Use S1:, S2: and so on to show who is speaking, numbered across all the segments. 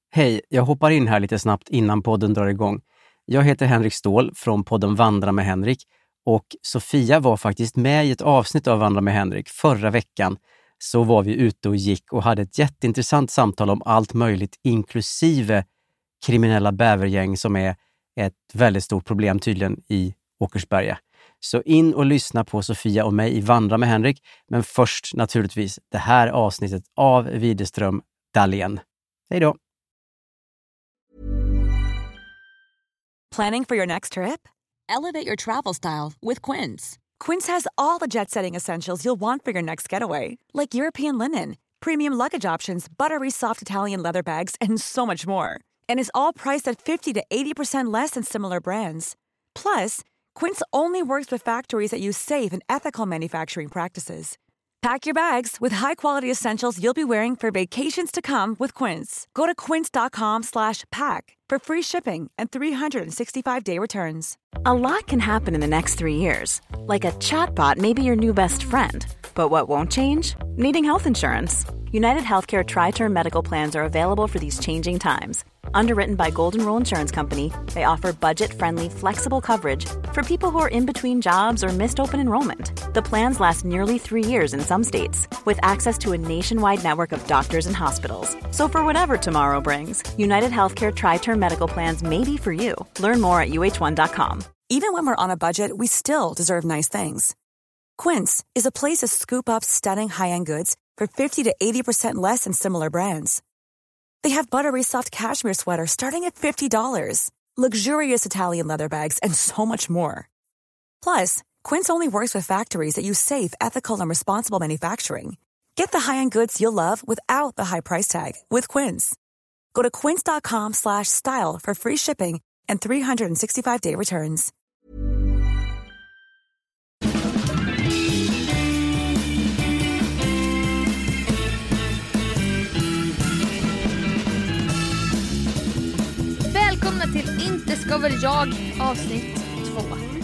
S1: Hej, jag hoppar in här lite snabbt innan podden drar igång. Jag heter Henrik Ståhl från podden Vandra med Henrik och Sofia var faktiskt med i ett avsnitt av Vandra med Henrik förra veckan. Så var vi ute och gick och hade ett jätteintressant samtal om allt möjligt inklusive kriminella bävergäng som är ett väldigt stort problem tydligen i Åkersberga. Så in och lyssna på Sofia och mig i Vandra med Henrik, men först naturligtvis det här avsnittet av Widerström Dahlén. Hej då!
S2: Planning for your next trip? Elevate your travel style with Quince. Quince has all the jet-setting essentials you'll want for your next getaway, like European linen, premium luggage options, buttery soft Italian leather bags, and so much more. And is all priced at 50 to 80% less than similar brands. Plus, Quince only works with factories that use safe and ethical manufacturing practices. Pack your bags with high-quality essentials you'll be wearing for vacations to come with Quince. Go to quince.com/pack for free shipping and 365-day returns.
S3: A lot can happen in the next 3 years. Like a chatbot may be your new best friend. But what won't change? Needing health insurance. United Healthcare Tri-Term Medical Plans are available for these changing times. Underwritten by Golden Rule Insurance Company, they offer budget-friendly, flexible coverage for people who are in between jobs or missed open enrollment. The plans last nearly 3 years in some states, with access to a nationwide network of doctors and hospitals. So for whatever tomorrow brings, United Healthcare Tri-Term Medical Plans may be for you. Learn more at uh1.com.
S2: Even when we're on a budget, we still deserve nice things. Quince is a place to scoop up stunning high-end goods for 50 to 80% less than similar brands. They have buttery soft cashmere sweaters starting at $50, luxurious Italian leather bags, and so much more. Plus, Quince only works with factories that use safe, ethical, and responsible manufacturing. Get the high-end goods you'll love without the high price tag with Quince. Go to quince.com/style for free shipping and 365-day returns.
S4: Välkomna till Inte ska väl jag avsnitt 2.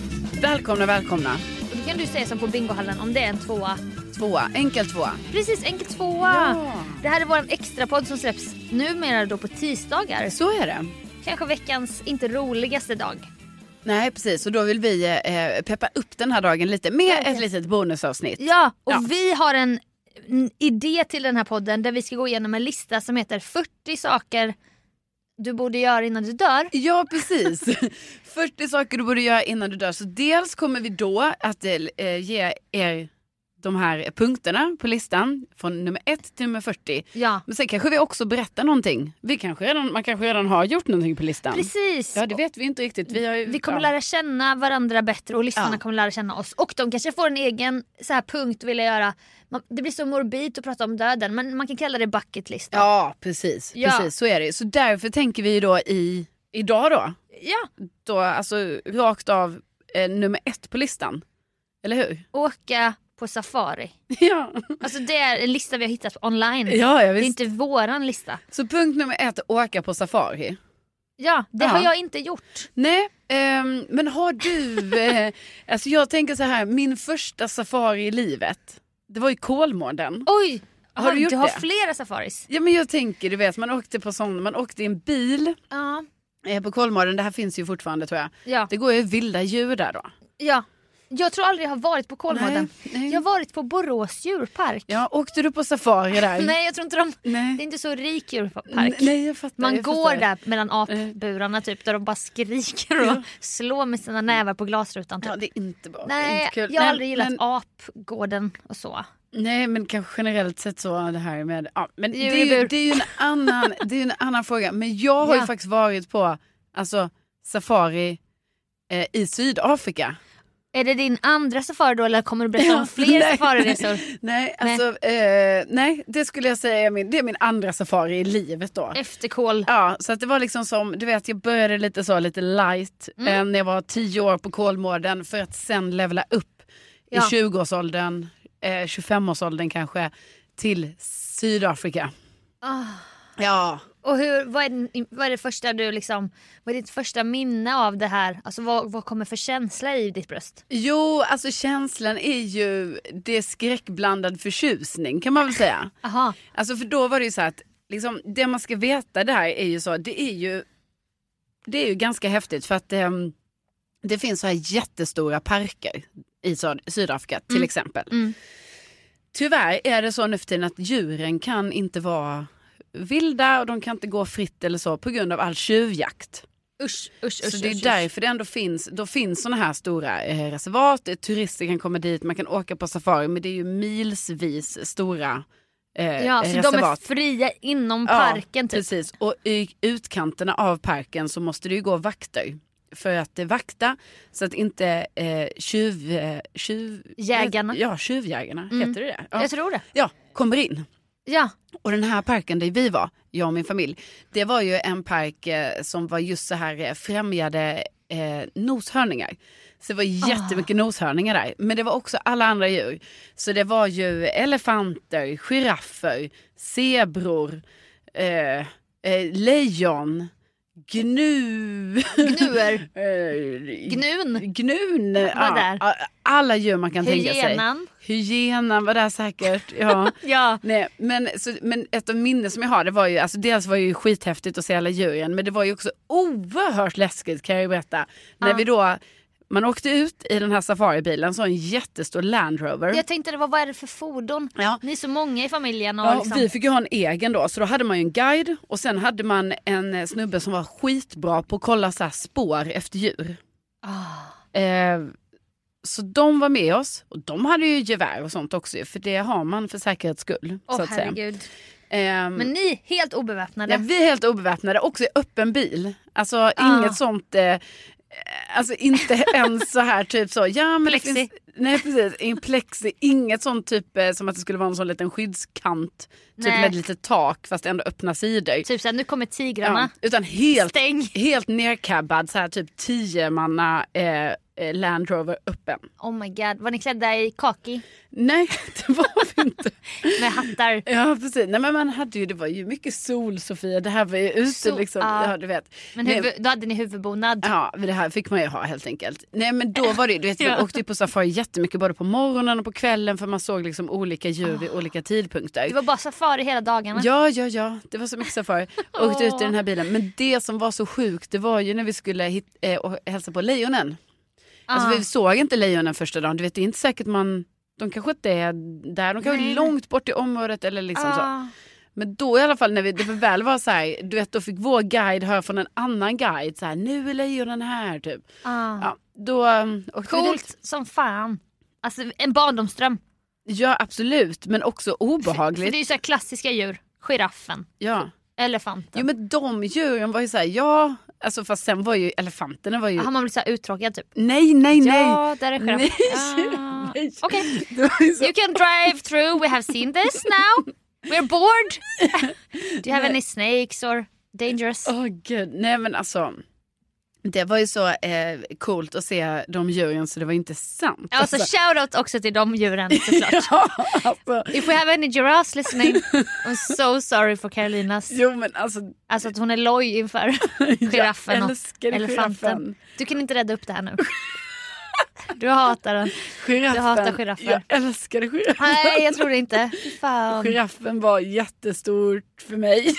S5: Välkomna.
S4: Och då kan du säga som på bingohallen om det är en 2.
S5: Enkel 2.
S4: Precis, enkel 2.
S5: Ja.
S4: Det här är vår extra podd som släpps numera då på tisdagar.
S5: Så är det.
S4: Kanske veckans inte roligaste dag.
S5: Nej, precis. Och då vill vi peppa upp den här dagen lite med ett litet bonusavsnitt.
S4: Ja, och vi har en idé till den här podden där vi ska gå igenom en lista som heter 40 saker du borde göra innan du dör.
S5: Ja, precis. 40 saker du borde göra innan du dör. Så dels kommer vi då att ge er de här punkterna på listan från nummer 1 till nummer 40.
S4: Ja.
S5: Men sen kanske vi också berättar någonting. Man kanske redan har gjort någonting på listan.
S4: Precis.
S5: Ja, det vet vi inte riktigt.
S4: Vi kommer lära känna varandra bättre och lyssnarna kommer lära känna oss. Och de kanske får en egen så här punkt vill jag göra. Det blir så morbid att prata om döden, men man kan kalla det bucket list.
S5: Ja, precis. Precis, så är det. Så därför tänker vi då idag då.
S4: Ja.
S5: Då alltså rakt av nummer 1 på listan. Eller hur?
S4: Åka på safari.
S5: Ja.
S4: Alltså det är en lista vi har hittat online.
S5: Ja,
S4: det är inte våran lista.
S5: Så punkt nummer 1, åka på safari.
S4: Ja, det har jag inte gjort.
S5: Nej, men har du... alltså jag tänker så här, min första safari i livet, det var ju Kolmården.
S4: Oj!
S5: Har du gjort
S4: det? Du har
S5: det?
S4: flera safaris.
S5: Ja, men jag tänker, du vet, man åkte i en bil på Kolmården. Det här finns ju fortfarande, tror jag.
S4: Ja.
S5: Det går ju vilda djur där då.
S4: Ja. Jag tror aldrig jag har varit på Kolmården.
S5: Nej.
S4: Jag har varit på Borås djurpark.
S5: Ja, åkte du på safari där?
S4: Nej, jag tror inte det är inte så rik djurpark.
S5: Nej, jag fattar.
S4: Man går där mellan apburarna typ, där de bara skriker och slår med sina nävar på glasrutan. Typ.
S5: Ja, det är inte bra.
S4: Nej,
S5: inte kul.
S4: Jag har aldrig gillat apgården och så.
S5: Nej, men kanske generellt sett så det här med... Ja, men det är ju en annan fråga. Men jag har ju faktiskt varit på safari i Sydafrika.
S4: Är det din andra safari då, eller kommer du berätta om fler safariresor?
S5: Nej, det skulle jag säga det är min andra safari i livet då.
S4: Efter kol.
S5: Ja, så att det var liksom som, du vet, jag började lite light när jag var 10 år på Kolmården för att sen levela upp i 20-årsåldern, 25-årsåldern kanske, till Sydafrika. Ja.
S4: Och vad är det första vad är ditt första minne av det här? Alltså vad kommer för känsla i ditt bröst?
S5: Jo, alltså känslan är ju det skräckblandad förtjusning, kan man väl säga.
S4: Aha.
S5: Alltså för då var det ju så att liksom, det man ska veta där är ju så, det är ju ganska häftigt för att det finns så här jättestora parker i Sydafrika till exempel. Tyvärr är det så nu för tiden att djuren kan inte vara vilda och de kan inte gå fritt eller så på grund av all tjuvjakt.
S4: Usch,
S5: så det är därför det ändå finns såna här stora reservat, turister kan komma dit, man kan åka på safari, men det är ju milsvis stora
S4: så
S5: reservat.
S4: de är fria inom parken typ.
S5: Precis, och i utkanterna av parken så måste det ju gå vakter för att vakta så att inte
S4: jägarna.
S5: Ja, tjuvjägarna, heter det? Ja.
S4: Jag tror det.
S5: Ja, kommer in.
S4: Ja.
S5: Och den här parken där vi var, jag och min familj, det var ju en park som var just så här främjade noshörningar. Så det var jättemycket noshörningar där. Men det var också alla andra djur. Så det var ju elefanter, giraffer, zebror, lejon, Gnun.
S4: Var där.
S5: Alla djur man kan tänka sig. Hyenan var där säkert. Ja.
S4: Ja.
S5: Nej, men ett av minnen som jag har, det var ju, alltså dels var det ju skithäftigt att se alla djuren, men det var ju också oerhört läskigt, kan jag ju berätta. När vi då, man åkte ut i den här safaribilen, så en jättestor Land Rover.
S4: Jag tänkte, vad är det för fordon? Ja. Ni är så många i familjen. Och
S5: liksom... vi fick ju ha en egen då. Så då hade man ju en guide. Och sen hade man en snubbe som var skitbra på att kolla så här spår efter djur. Så de var med oss. Och de hade ju gevär och sånt också. För det har man för säkerhets skull. Så att
S4: herregud. Men ni är helt obeväpnade?
S5: Ja, vi är helt obeväpnade. Också i öppen bil. Alltså inget sånt... Alltså inte ens så här typ så. Ja, men
S4: plexi.
S5: Det finns, nej precis, en plexi. Inget sånt typ som att det skulle vara en sån liten skyddskant. Typ med lite tak fast ändå öppna sidor.
S4: Typ såhär, nu kommer tigrarna.
S5: Ja, utan helt nercabbad så här typ 10-manna Land Rover öppen.
S4: Oh my god, var ni klädda i kaki?
S5: Nej, det var vi inte.
S4: Med hattar.
S5: Ja, precis. Nej, men man hade ju, det var ju mycket sol, Sofia. Det här var ju ute liksom. Ja, du vet.
S4: Men då hade ni huvudbonad.
S5: Ja, det här fick man ju ha helt enkelt. Nej, men då var det, du vet, vi åkte ju på safari jättemycket både på morgonen och på kvällen för man såg liksom olika djur vid olika tidpunkter.
S4: Det var bara safari hela dagarna.
S5: Ja. Det var så mycket safari. Åkte ut i den här bilen. Men det som var så sjukt, det var ju när vi skulle hälsa på lejonen. Alltså vi såg inte lejonen första dagen. Du vet, det är inte säkert de kanske inte är där. De kanske är långt bort i området eller liksom så. Men då i alla fall när det väl var så här, du vet, då fick vår guide höra från en annan guide så här, nu är lejonen här typ. Ja, då åkte vi dit.
S4: Som fan. Alltså en barndomsdröm.
S5: Ja, absolut, men också obehagligt.
S4: För det är ju så här klassiska djur. Giraffen.
S5: Ja.
S4: Elefanten.
S5: Jo, men de djuren var ju så här, ja, alltså fast sen var ju elefanterna var ju...
S4: Har man blivit så här uttråkad typ?
S5: Nej.
S4: Ja, där är giraffen.
S5: Nej.
S4: Okej. You can drive through. We have seen this now. We're bored. Do you have any snakes or dangerous?
S5: Oh gud, nej men alltså... Det var ju så coolt att se de djuren så det var inte sant.
S4: Alltså shoutout också till de djuren såklart.
S5: Ja, alltså.
S4: If we have any giraffes listening, I'm so sorry for Carolinas.
S5: Jo men alltså
S4: att hon är loj inför giraffen och elefanten.
S5: Giraffen.
S4: Du kan inte rädda upp det här nu. Du hatar den.
S5: Giraffen.
S4: Du hatar giraffer.
S5: Jag älskade giraffen.
S4: Nej, jag tror det inte. Fan.
S5: Giraffen var jättestort för mig.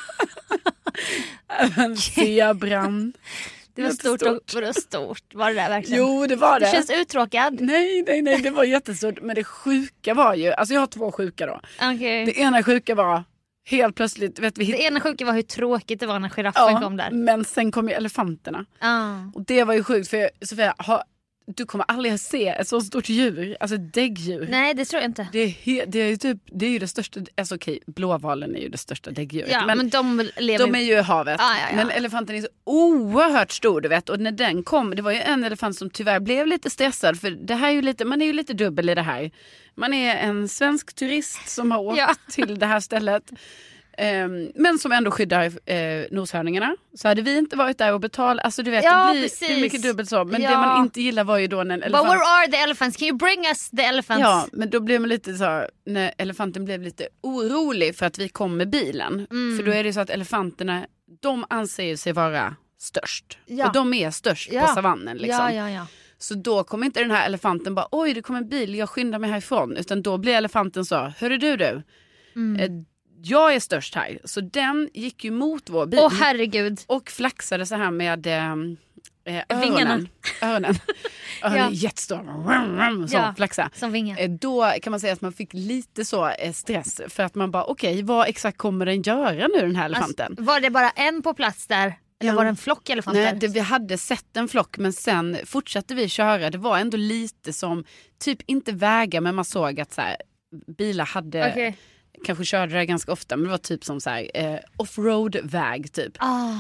S5: Även zebran.
S4: Det var stort. Var det där verkligen?
S5: Jo, det var det.
S4: Det känns uttråkad.
S5: Nej, det var jättestort. Men det sjuka var ju, alltså jag har 2 sjuka då.
S4: Okay.
S5: Det ena sjuka var helt plötsligt,
S4: det ena sjuka var hur tråkigt det var när giraffen kom där.
S5: Men sen kom ju elefanterna. Och det var ju sjukt för Sofia, du kommer aldrig se ett så stort djur, alltså däggdjur.
S4: Nej, det tror jag inte.
S5: Det är ju det största, alltså okej, blåvalen är ju det största däggdjuret.
S4: Ja, men de
S5: är ju i havet. Ja. Men elefanten är så oerhört stor, du vet. Och när den kom, det var ju en elefant som tyvärr blev lite stressad. För det här är ju lite, man är ju lite dubbel i det här. Man är en svensk turist som har åkt till det här stället. Men som ändå skyddar noshörningarna. Så hade vi inte varit där och betalat. Alltså du vet, det blir mycket dubbelt så. Men det man inte gillar var ju då när en elefant...
S4: But where are the elephants? Can you bring us the elephants?
S5: Ja, men då blev man lite så, när elefanten blev lite orolig för att vi kom med bilen. För då är det så att elefanterna, de anser sig vara störst. Och de är störst på savannen liksom.
S4: Ja.
S5: Så då kommer inte den här elefanten bara, oj det kommer en bil, jag skyndar mig härifrån. Utan då blir elefanten så, hörru du. jag är störst här. Så den gick ju mot vår bil.
S4: Åh herregud.
S5: Och flaxade så här med
S4: Vingarna.
S5: Öronen är jättestor. Så flaxa.
S4: Som vingar.
S5: Då kan man säga att man fick lite så stress. För att man bara, okej, vad exakt kommer den göra nu, den här elefanten?
S4: Alltså, var det bara en på plats där? Eller var det en flock elefanter?
S5: Nej, vi hade sett en flock, men sen fortsatte vi köra. Det var ändå lite som, typ inte vägar, men man såg att så här, bilar hade, kanske körde det ganska ofta, men det var typ som så här, offroad-väg typ.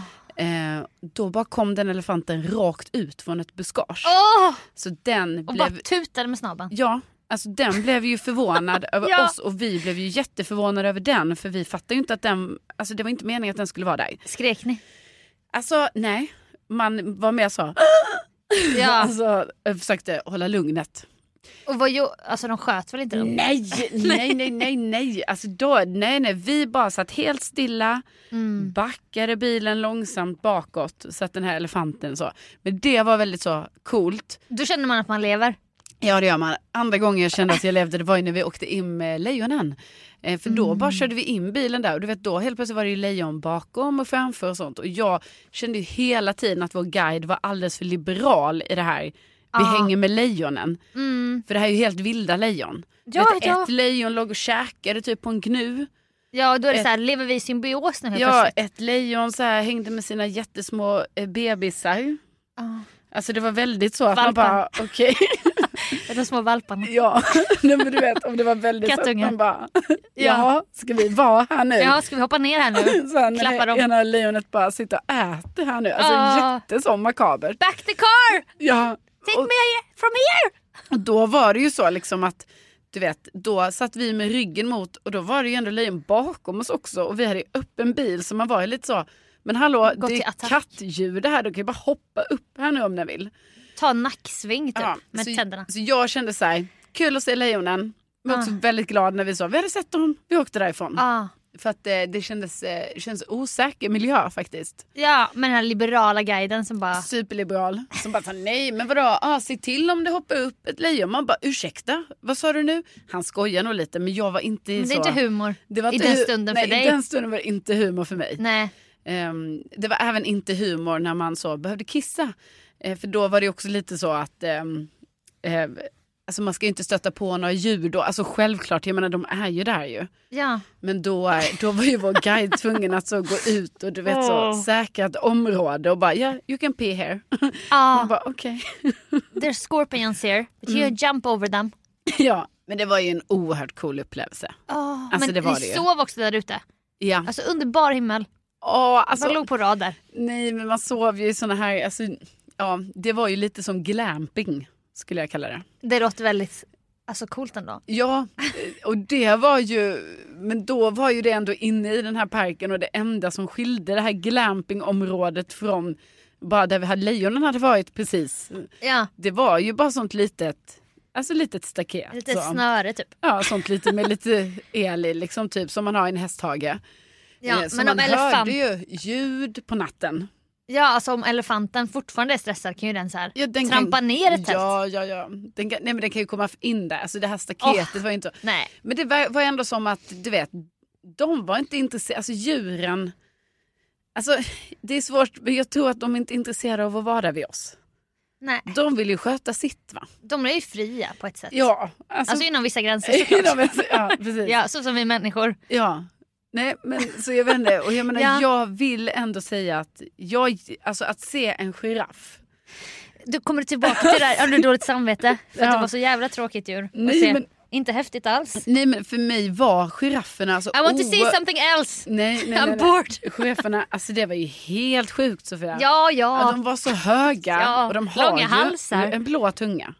S5: Då bara kom den elefanten rakt ut från ett buskage. Så den
S4: och bara tutade med snabben.
S5: Ja, alltså den blev ju förvånad över oss, och vi blev ju jätteförvånade över den, för vi fattade ju inte att den, alltså det var inte meningen att den skulle vara där.
S4: Skrek ni?
S5: Alltså nej, man var med så. Alltså jag försökte hålla lugnet.
S4: Och alltså de sköt väl inte dem?
S5: Nej. Alltså då, nej, vi bara satt helt stilla, backade bilen långsamt bakåt så att den här elefanten så. Men det var väldigt så coolt.
S4: Då känner man att man lever.
S5: Ja, det gör man. Andra gången jag kände att jag levde, det var ju när vi åkte in med lejonen. För då bara körde vi in bilen där. Och du vet, då helt plötsligt var det ju lejon bakom och framför och sånt. Och jag kände ju hela tiden att vår guide var alldeles för liberal i det här. Vi hänger med lejonen. För det här är ju helt vilda lejon. Ett lejon låg och käkade typ på en gnu.
S4: Ja, då är det så här, lever vi i symbios nu?
S5: Ja, ett lejon så här hängde med sina jättesmå bebisar. Alltså det var väldigt så att man bara, okej.
S4: De små valparna.
S5: Ja, men du vet, om det var väldigt
S4: Kattungar.
S5: så att man bara, ja, ska vi vara här nu?
S4: Ja, ska vi hoppa ner här nu?
S5: Sen
S4: Klappa dem.
S5: ena lejonet bara sitter och äter här nu. Alltså jätteså makabert.
S4: Back the car!
S5: Ja.
S4: Take me from here!
S5: Och då var det ju så liksom att, du vet, då satt vi med ryggen mot, och då var det ju ändå lejon bakom oss också. Och vi hade ju öppen bil, så man var ju lite så, men hallå, det är kattdjur det här, du kan ju bara hoppa upp här nu om ni vill.
S4: Ta en nacksving typ, med tänderna.
S5: Så jag kände så här, kul att se lejonen. Jag var också väldigt glad när vi hade sett dem, vi åkte därifrån. För att det kändes osäker miljö faktiskt.
S4: Ja, men den här liberala guiden som bara...
S5: Superliberal. Som bara sa, nej men vadå, se till om det hoppar upp ett lejon. Man bara, ursäkta, vad sa du nu? Han skojar nog lite, men jag var inte så...
S4: Det är inte humor
S5: det var
S4: i
S5: inte
S4: den stunden för dig.
S5: Nej, i den stunden var det inte humor för mig.
S4: Nej.
S5: Det var även inte humor när man så behövde kissa. För då var det också lite så att... Alltså man ska ju inte stöta på några djur då. Alltså självklart, jag menar de är ju där ju.
S4: Ja.
S5: Men då var ju vår guide tvungen att så gå ut och du vet så säkrat område och bara, yeah, you can pee here. Man bara, okej.
S4: There's scorpions here, but you jump over them.
S5: Ja, men det var ju en oerhört cool upplevelse. Alltså
S4: men
S5: det var
S4: ni
S5: det ju.
S4: sov också där ute.
S5: Ja.
S4: Alltså underbar himmel.
S5: Alltså,
S4: man låg på rad där.
S5: Nej, men man sov ju i såna här, alltså, ja, det var ju lite som glamping. Skulle jag kalla det.
S4: Det låter väldigt coolt ändå.
S5: Ja, och det var ju... Men då var ju det ändå inne i den här parken. Och det enda som skilde det här glampingområdet från bara där vi hade lejonen hade varit precis.
S4: Ja.
S5: Det var ju bara sånt litet staket.
S4: Lite snöre typ.
S5: Ja, sånt lite med lite el i, liksom typ som man har i en hästhage.
S4: Ja,
S5: så
S4: men
S5: man hörde ju ljud på natten.
S4: Ja, alltså om elefanten fortfarande är stressad kan ju den så här trampa ner ett tält.
S5: Ja. Nej, men den kan ju komma in där. Alltså det här staketet var inte...
S4: Nej.
S5: Men det var ändå som att, du vet, de var inte intresserade. Alltså djuren... Alltså det är svårt, men jag tror att de inte är intresserade av att vara där vid oss.
S4: Nej.
S5: De vill ju sköta sitt, va?
S4: De är ju fria på ett sätt.
S5: Ja.
S4: Alltså inom vissa gränser såklart.
S5: Ja, precis.
S4: Ja, så som vi människor.
S5: Ja. Nej, men så jag vet inte. Och jag menar, jag vill ändå säga att att se en giraff.
S4: Du kommer tillbaka till det där, har du dåligt samvete? För att det var så jävla tråkigt djur.
S5: Nej, men,
S4: inte häftigt alls.
S5: Nej, men för mig var girafferna alltså...
S4: I want to see something else.
S5: Nej.
S4: I'm bored.
S5: Girafferna, alltså det var ju helt sjukt, Sofia.
S4: Ja.
S5: De var så höga. Och de har
S4: långa halsar.
S5: En blå tunga.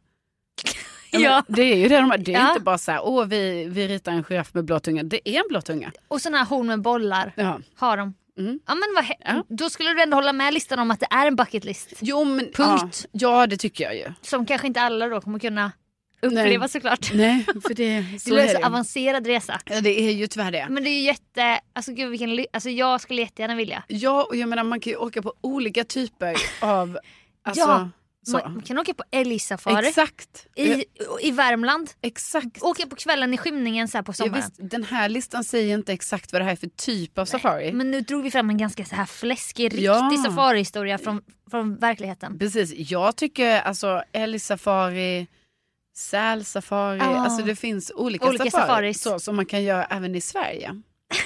S4: Ja.
S5: Det är ju det det är inte bara så här, vi ritar en giraff med blå tunga. Det är en blå tunga.
S4: Och såna här horn med bollar har de. Ja, men då skulle du ändå hålla med listan om att det är en bucket list.
S5: Jo, men
S4: punkt.
S5: Ja, det tycker jag ju.
S4: Som kanske inte alla då kommer kunna uppleva såklart.
S5: Nej, för det
S4: blir en så avancerad resa.
S5: Ja, det är ju tyvärr det.
S4: Men det är ju alltså jag skulle jättegärna vilja.
S5: Ja, och jag menar man kan ju åka på olika typer av
S4: Man kan åka på älgsafari.
S5: Exakt.
S4: I Värmland.
S5: Exakt.
S4: Åka på kvällen i skymningen så här på sommaren.
S5: Visst, den här listan säger inte exakt vad det här är för typ av safari.
S4: Men nu drog vi fram en ganska så här fläskig, riktig safarihistoria från verkligheten.
S5: Precis, jag tycker alltså älgsafari, sälsafari, alltså det finns olika safari så som man kan göra även i Sverige.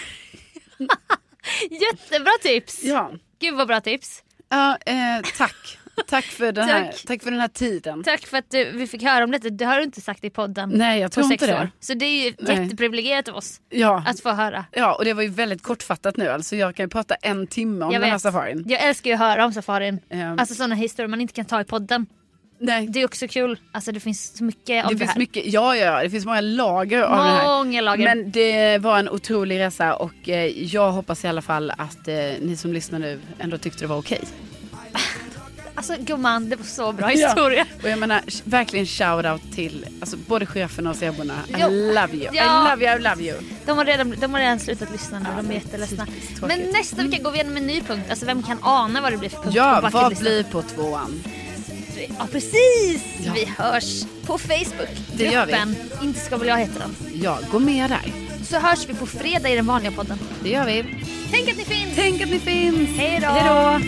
S4: Jättebra tips.
S5: Ja.
S4: Gud vad bra tips.
S5: Ja, tack. Tack för den här tiden.
S4: Tack för att vi fick höra om detta. Det har du inte sagt i podden.
S5: Nej, jag tror inte det.
S4: Så det är ju jätteprivilegierat av oss att få höra.
S5: Ja, och det var ju väldigt kortfattat nu. Alltså jag kan ju prata 1 timme om den här safarin.
S4: Jag älskar ju att höra om safarin. Alltså sådana historier man inte kan ta i podden.
S5: Nej.
S4: Det är också kul. Alltså det finns så mycket om det här.
S5: Mycket, det finns många lager av det här.
S4: Många lager.
S5: Men det var en otrolig resa och jag hoppas i alla fall att ni som lyssnar nu ändå tyckte det var okej.
S4: Alltså gumman, det var så bra historia.
S5: Och jag menar, verkligen shoutout till alltså, både cheferna och zeborna. I love you, I love you.
S4: De har redan slutat lyssna nu, de är jätteledsna. Men nästa vecka går vi igenom en ny punkt. Alltså vem kan ana vad det blir för punkt?
S5: Ja, vad blir på 2:an?
S4: Ja, precis. Ja. Vi hörs på Facebook.
S5: Det gör vi.
S4: Inte ska väl jag heter den.
S5: Ja, gå med där.
S4: Så hörs vi på fredag i den vanliga podden.
S5: Det gör vi.
S4: Tänk att ni finns.
S5: Tänk att ni finns.
S4: Hej då.
S5: Hej då.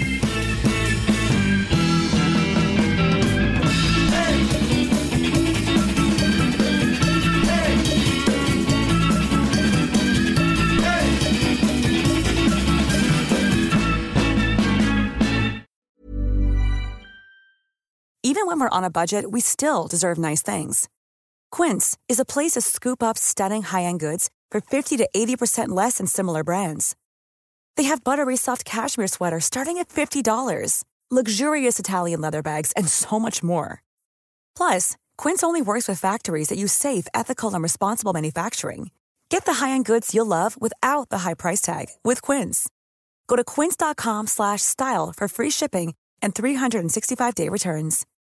S6: Even when we're on a budget, we still deserve nice things. Quince is a place to scoop up stunning high-end goods for 50 to 80% less than similar brands. They have buttery soft cashmere sweaters starting at $50, luxurious Italian leather bags, and so much more. Plus, Quince only works with factories that use safe, ethical, and responsible manufacturing. Get the high-end goods you'll love without the high price tag with Quince. Go to quince.com/style for free shipping and 365-day returns.